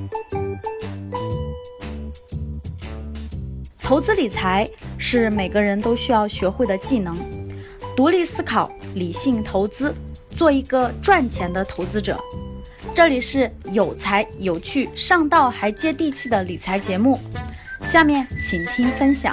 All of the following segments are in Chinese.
投资理财是每个人都需要学会的技能，独立思考，理性投资，做一个赚钱的投资者。这里是有才有趣、上道还接地气的理财节目，下面请听分享。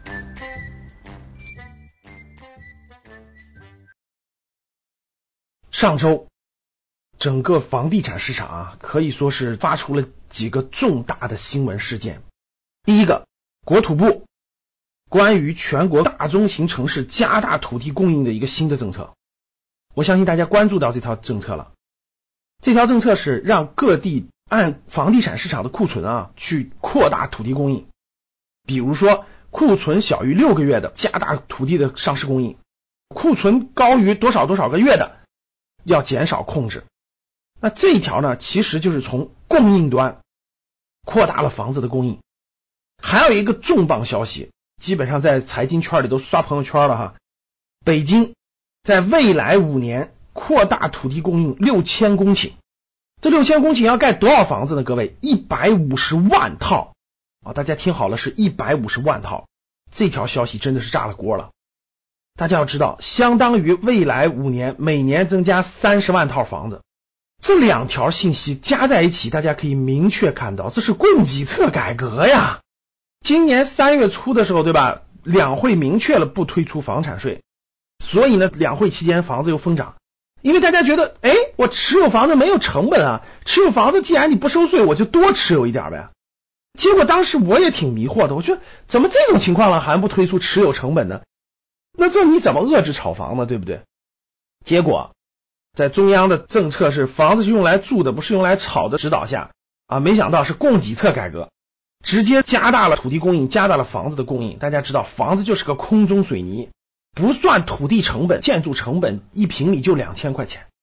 上周整个房地产市场可以说是发出了几个重大的新闻事件。第一个，国土部关于全国大中型城市加大土地供应的一个新的政策，我相信大家关注到这条政策了。这条政策是让各地按房地产市场的库存去扩大土地供应，比如说库存小于6个月的加大土地的上市供应，库存高于多少个月的要减少控制。那这一条呢，其实就是从供应端扩大了房子的供应。还有一个重磅消息，基本上在财经圈里都刷朋友圈了哈。北京在未来5年扩大土地供应6000公顷，这6000公顷要盖多少房子呢？各位，150万套大家听好了，是150万套。这条消息真的是炸了锅了。大家要知道，相当于未来5年每年增加30万套房子。这2条信息加在一起，大家可以明确看到，这是供给侧改革呀。今年3月初的时候，对吧，两会明确了不推出房产税，所以呢，两会期间房子又疯涨。因为大家觉得，我持有房子没有成本啊，持有房子既然你不收税，我就多持有一点呗。结果当时我也挺迷惑的，我觉得怎么这种情况了还不推出持有成本呢？那这你怎么遏制炒房呢？对不对？结果在中央的政策是房子是用来住的，不是用来炒的指导下没想到是供给侧改革，直接加大了土地供应，加大了房子的供应。大家知道，房子就是个空中水泥，不算土地成本、建筑成本，1平米就2000块钱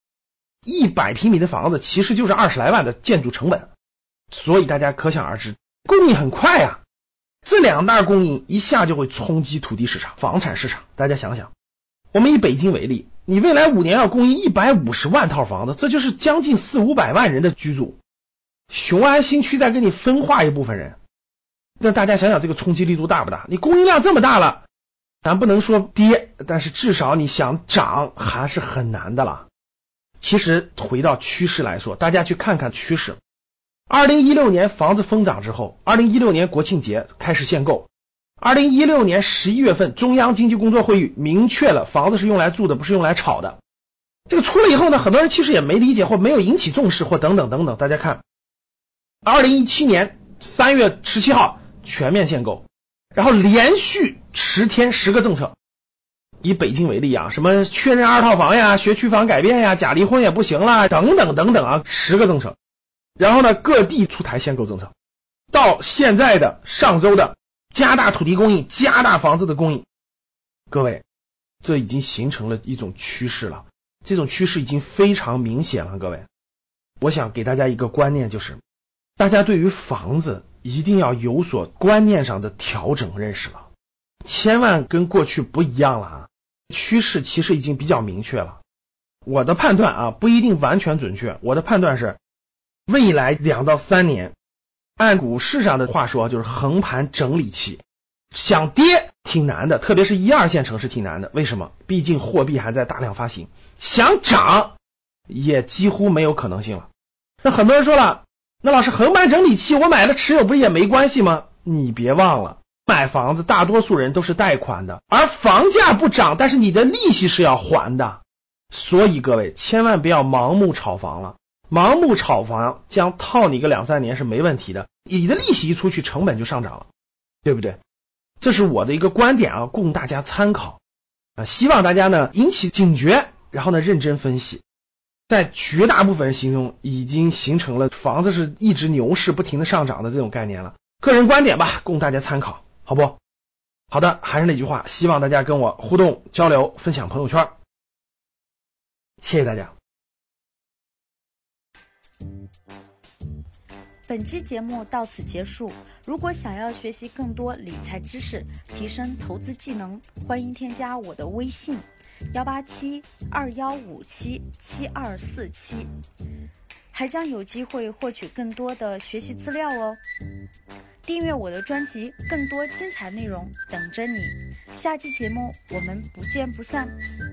，100平米的房子其实就是20来万的建筑成本。所以大家可想而知，供应很快啊。这2大供应一下就会冲击土地市场、房产市场。大家想想，我们以北京为例，你未来5年要供应150万套房子，这就是将近400-500万人的居住。雄安新区再给你分化一部分人，那大家想想这个冲击力度大不大？你供应量这么大了，咱不能说跌，但是至少你想涨还是很难的了。其实回到趋势来说，大家去看看趋势。2016年房子疯涨之后，2016年国庆节开始限购，2016年11月份中央经济工作会议明确了房子是用来住的，不是用来炒的。这个出了以后呢，很多人其实也没理解，或没有引起重视，或等等等等。大家看2017年3月17号全面限购，然后连续10天10个政策。以北京为例什么确认2套房呀，学区房改变呀，假离婚也不行啦，等等等等10个政策。然后呢，各地出台限购政策，到现在的上周的加大土地供应，加大房子的供应。各位，这已经形成了一种趋势了，这种趋势已经非常明显了。各位，我想给大家一个观念，就是大家对于房子一定要有所观念上的调整认识了，千万跟过去不一样了趋势其实已经比较明确了。我的判断不一定完全准确，我的判断是未来2到3年，按股市上的话说就是横盘整理期，想跌挺难的，特别是1、2线城市挺难的。为什么？毕竟货币还在大量发行，想涨也几乎没有可能性了。那很多人说了，那老师横盘整理期我买了持有不是也没关系吗？你别忘了，买房子大多数人都是贷款的，而房价不涨，但是你的利息是要还的。所以各位千万不要盲目炒房了，盲目炒房将套你个2、3年是没问题的，你的利息一出去，成本就上涨了，对不对？这是我的一个观点供大家参考希望大家呢引起警觉，然后呢认真分析。在绝大部分人心中已经形成了房子是一直牛市不停的上涨的这种概念了，个人观点吧，供大家参考，好不？好的，还是那句话，希望大家跟我互动交流，分享朋友圈，谢谢大家。 本期节目到此结束。如果想要学习更多理财知识，提升投资技能，欢迎添加我的微信18721577247。 还将有机会获取更多的学习资料哦。订阅我的专辑，更多精彩内容等着你。下期节目我们不见不散。